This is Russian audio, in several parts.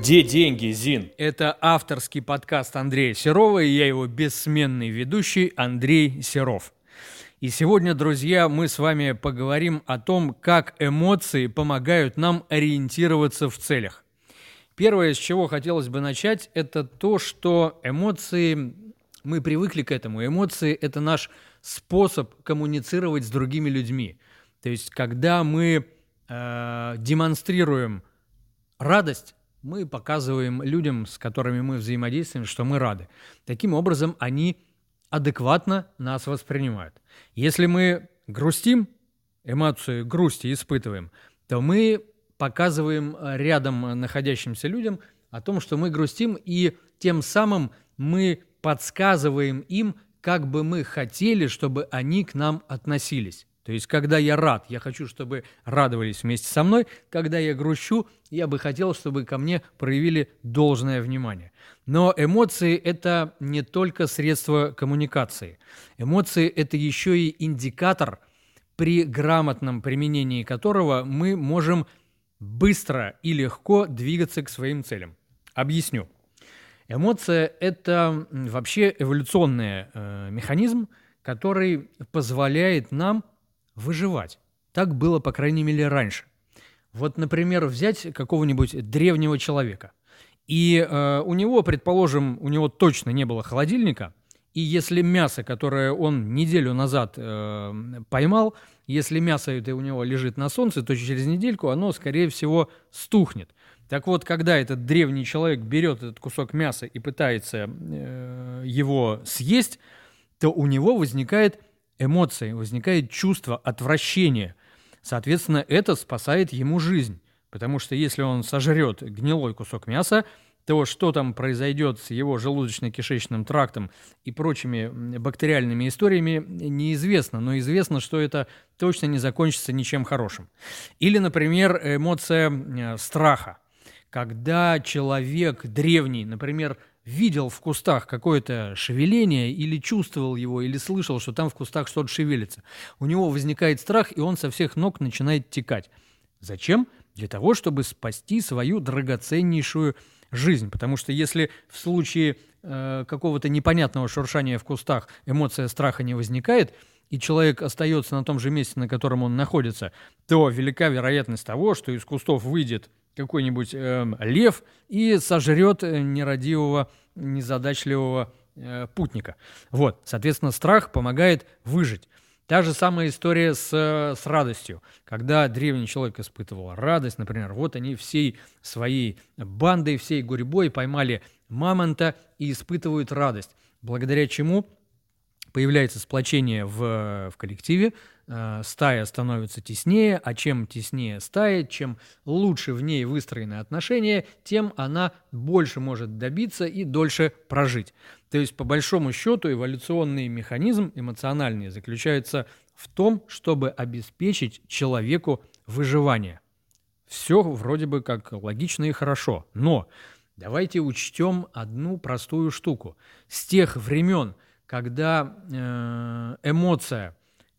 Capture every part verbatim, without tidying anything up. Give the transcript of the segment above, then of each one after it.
Где деньги, Зин? Это авторский подкаст Андрея Серова, и я его бессменный ведущий Андрей Серов. И сегодня, друзья, мы с вами поговорим о том, как эмоции помогают нам ориентироваться в целях. Первое, с чего хотелось бы начать, это то, что эмоции, мы привыкли к этому. Эмоции – это наш способ коммуницировать с другими людьми. То есть, когда мы э, демонстрируем радость, мы показываем людям, с которыми мы взаимодействуем, что мы рады. Таким образом, они адекватно нас воспринимают. Если мы грустим, эмоцию грусти испытываем, то мы показываем рядом находящимся людям о том, что мы грустим, и тем самым мы подсказываем им, как бы мы хотели, чтобы они к нам относились. То есть, когда я рад, я хочу, чтобы радовались вместе со мной. Когда я грущу, я бы хотел, чтобы ко мне проявили должное внимание. Но эмоции – это не только средство коммуникации. Эмоции – это еще и индикатор, при грамотном применении которого мы можем быстро и легко двигаться к своим целям. Объясню. Эмоция – это вообще эволюционный э, механизм, который позволяет нам выживать. Так было, по крайней мере, раньше. Вот, например, взять какого-нибудь древнего человека. И э, у него, предположим, у него точно не было холодильника, и если мясо, которое он неделю назад э, поймал, если мясо это у него лежит на солнце, то через недельку оно, скорее всего, стухнет. Так вот, когда этот древний человек берет этот кусок мяса и пытается э, его съесть, то у него возникает эмоции, возникает чувство отвращения. Соответственно, это спасает ему жизнь. Потому что если он сожрет гнилой кусок мяса, то что там произойдет с его желудочно-кишечным трактом и прочими бактериальными историями, неизвестно. Но известно, что это точно не закончится ничем хорошим. Или, например, эмоция страха. Когда человек древний, например, видел в кустах какое-то шевеление или чувствовал его, или слышал, что там в кустах что-то шевелится, у него возникает страх, и он со всех ног начинает текать. Зачем? Для того, чтобы спасти свою драгоценнейшую жизнь. Потому что если в случае э, какого-то непонятного шуршания в кустах эмоция страха не возникает, и человек остается на том же месте, на котором он находится, то велика вероятность того, что из кустов выйдет какой-нибудь э, лев и сожрет нерадивого, незадачливого э, путника. Вот, соответственно, страх помогает выжить. Та же самая история с, с радостью. Когда древний человек испытывал радость, например, вот они всей своей бандой, всей гурьбой поймали мамонта и испытывают радость, благодаря чему появляется сплочение в, в коллективе, э, стая становится теснее, а чем теснее стая, чем лучше в ней выстроены отношения, тем она больше может добиться и дольше прожить. То есть, по большому счету, эволюционный механизм эмоциональный заключается в том, чтобы обеспечить человеку выживание. Все вроде бы как логично и хорошо, но давайте учтем одну простую штуку. С тех времен, когда э, эмоция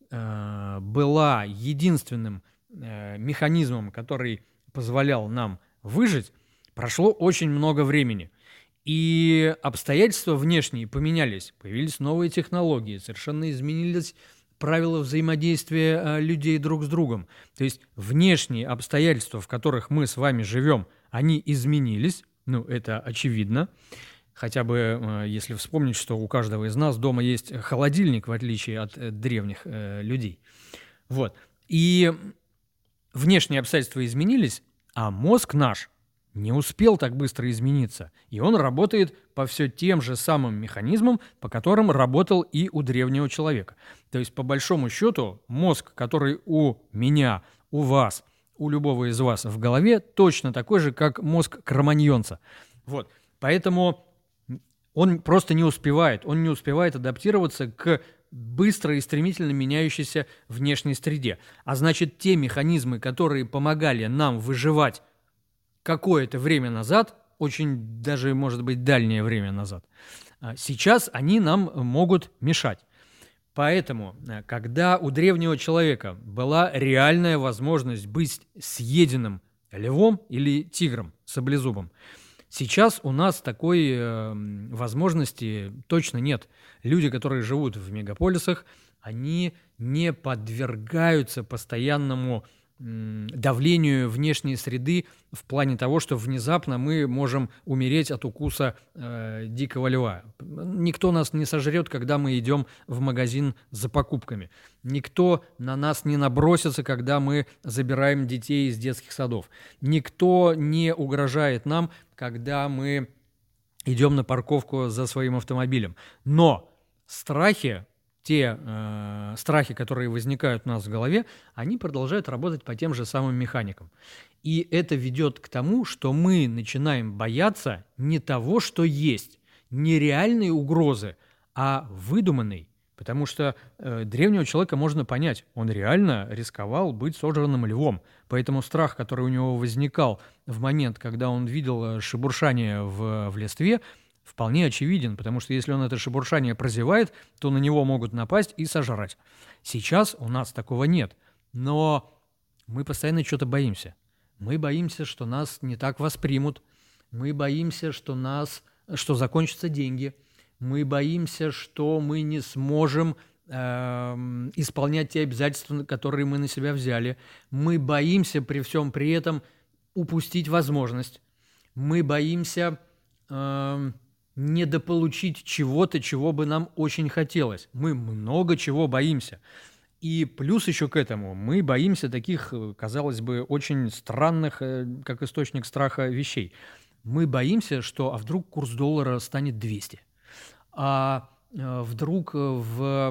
э, была единственным э, механизмом, который позволял нам выжить, прошло очень много времени. И обстоятельства внешние поменялись, появились новые технологии, совершенно изменились правила взаимодействия э, людей друг с другом. То есть внешние обстоятельства, в которых мы с вами живем, они изменились, ну это очевидно. Хотя бы, если вспомнить, что у каждого из нас дома есть холодильник, в отличие от э, древних э, людей. Вот. И внешние обстоятельства изменились, а мозг наш не успел так быстро измениться. И он работает по все тем же самым механизмам, по которым работал и у древнего человека. То есть, по большому счету, мозг, который у меня, у вас, у любого из вас в голове, точно такой же, как мозг кроманьонца. Вот. Поэтому он просто не успевает, он не успевает адаптироваться к быстро и стремительно меняющейся внешней среде. А значит, те механизмы, которые помогали нам выживать какое-то время назад, очень даже, может быть, дальнее время назад, сейчас они нам могут мешать. Поэтому, когда у древнего человека была реальная возможность быть съеденным львом или тигром саблезубым, Сейчас у нас такой э, возможности точно нет. Люди, которые живут в мегаполисах, они не подвергаются постоянному м, давлению внешней среды в плане того, что внезапно мы можем умереть от укуса э, дикого льва. Никто нас не сожрет, когда мы идем в магазин за покупками. Никто на нас не набросится, когда мы забираем детей из детских садов. Никто не угрожает нам, когда мы идем на парковку за своим автомобилем. Но страхи, те э, страхи, которые возникают у нас в голове, они продолжают работать по тем же самым механикам. И это ведет к тому, что мы начинаем бояться не того, что есть, не реальной угрозы, а выдуманной. Потому что э, древнего человека можно понять, он реально рисковал быть сожранным львом. Поэтому страх, который у него возникал в момент, когда он видел шебуршание в, в листве, вполне очевиден, потому что если он это шебуршание прозевает, то на него могут напасть и сожрать. Сейчас у нас такого нет, но мы постоянно что-то боимся. Мы боимся, что нас не так воспримут, мы боимся, что, нас, что закончатся деньги, мы боимся, что мы не сможем э, исполнять те обязательства, которые мы на себя взяли, мы боимся при всем при этом упустить возможность, мы боимся э, недополучить чего-то, чего бы нам очень хотелось. Мы много чего боимся. И плюс еще к этому мы боимся таких, казалось бы, очень странных, как источник страха, вещей. Мы боимся, что а вдруг курс доллара станет двести, а вдруг в...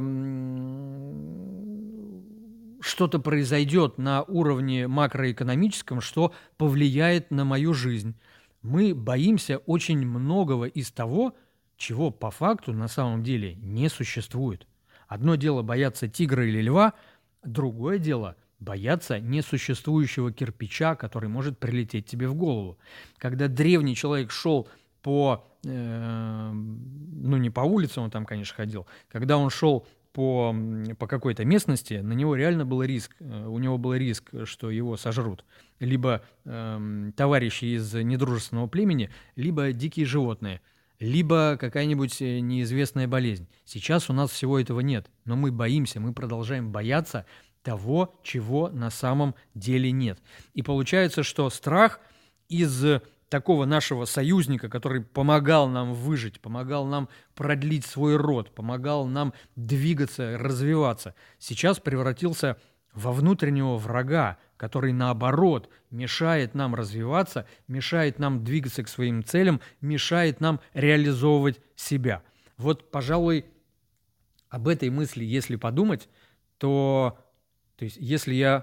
что-то произойдет на уровне макроэкономическом, что повлияет на мою жизнь. Мы боимся очень многого из того, чего по факту на самом деле не существует. Одно дело бояться тигра или льва, другое дело бояться несуществующего кирпича, который может прилететь тебе в голову. Когда древний человек шел по, э, ну не по улице он там, конечно, ходил, когда он шел по, по какой-то местности, на него реально был риск, у него был риск, что его сожрут. Либо э, товарищи из недружественного племени, либо дикие животные, либо какая-нибудь неизвестная болезнь. Сейчас у нас всего этого нет, но мы боимся, мы продолжаем бояться того, чего на самом деле нет. И получается, что страх из такого нашего союзника, который помогал нам выжить, помогал нам продлить свой род, помогал нам двигаться, развиваться, сейчас превратился во внутреннего врага, который, наоборот, мешает нам развиваться, мешает нам двигаться к своим целям, мешает нам реализовывать себя. Вот, пожалуй, об этой мысли, если подумать, то, то есть, если я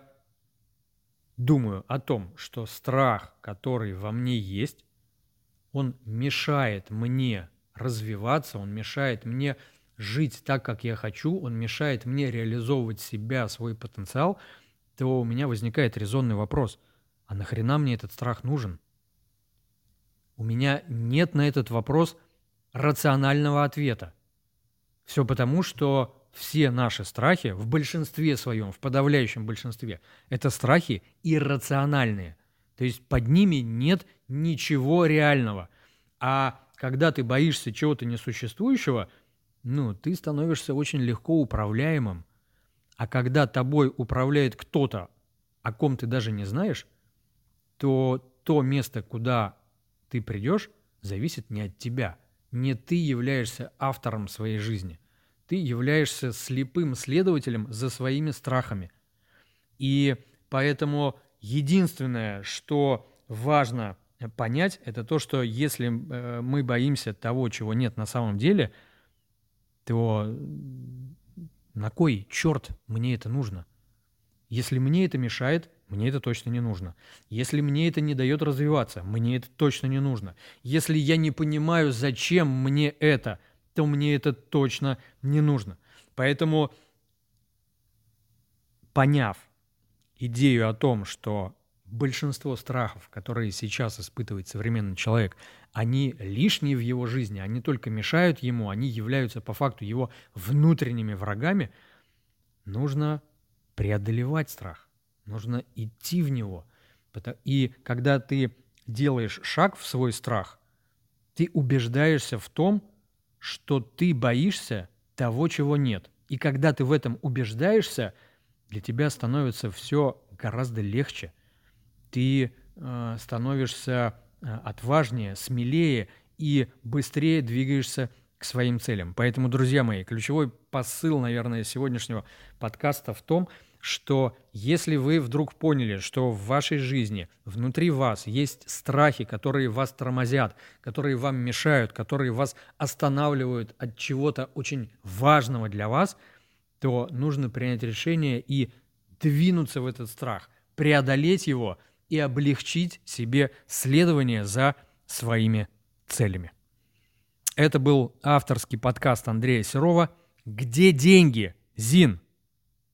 думаю о том, что страх, который во мне есть, он мешает мне развиваться, он мешает мне жить так, как я хочу, он мешает мне реализовывать себя, свой потенциал, то у меня возникает резонный вопрос: а нахрена мне этот страх нужен? У меня нет на этот вопрос рационального ответа. Все потому, что все наши страхи в большинстве своем, в подавляющем большинстве, это страхи иррациональные. То есть под ними нет ничего реального. А когда ты боишься чего-то несуществующего, ну, ты становишься очень легко управляемым. А когда тобой управляет кто-то, о ком ты даже не знаешь, то то место, куда ты придешь, зависит не от тебя. Не ты являешься автором своей жизни. Ты являешься слепым следователем за своими страхами. И поэтому единственное, что важно понять, это то, что если э, мы боимся того, чего нет на самом деле, то на кой черт мне это нужно? Если мне это мешает, мне это точно не нужно. Если мне это не дает развиваться, мне это точно не нужно. Если я не понимаю, зачем мне это, то мне это точно не нужно. Поэтому, поняв идею о том, что большинство страхов, которые сейчас испытывает современный человек, они лишние в его жизни, они только мешают ему, они являются по факту его внутренними врагами, нужно преодолевать страх, нужно идти в него. И когда ты делаешь шаг в свой страх, Ты убеждаешься в том, что ты боишься того, чего нет. И когда ты в этом убеждаешься, для тебя становится все гораздо легче. Ты э, становишься э, отважнее, смелее и быстрее двигаешься к своим целям. Поэтому, друзья мои, ключевой посыл, наверное, сегодняшнего подкаста в том, что если вы вдруг поняли, что в вашей жизни, внутри вас есть страхи, которые вас тормозят, которые вам мешают, которые вас останавливают от чего-то очень важного для вас, то нужно принять решение и двинуться в этот страх, преодолеть его и облегчить себе следование за своими целями. Это был авторский подкаст Андрея Серова «Где деньги, Зин?».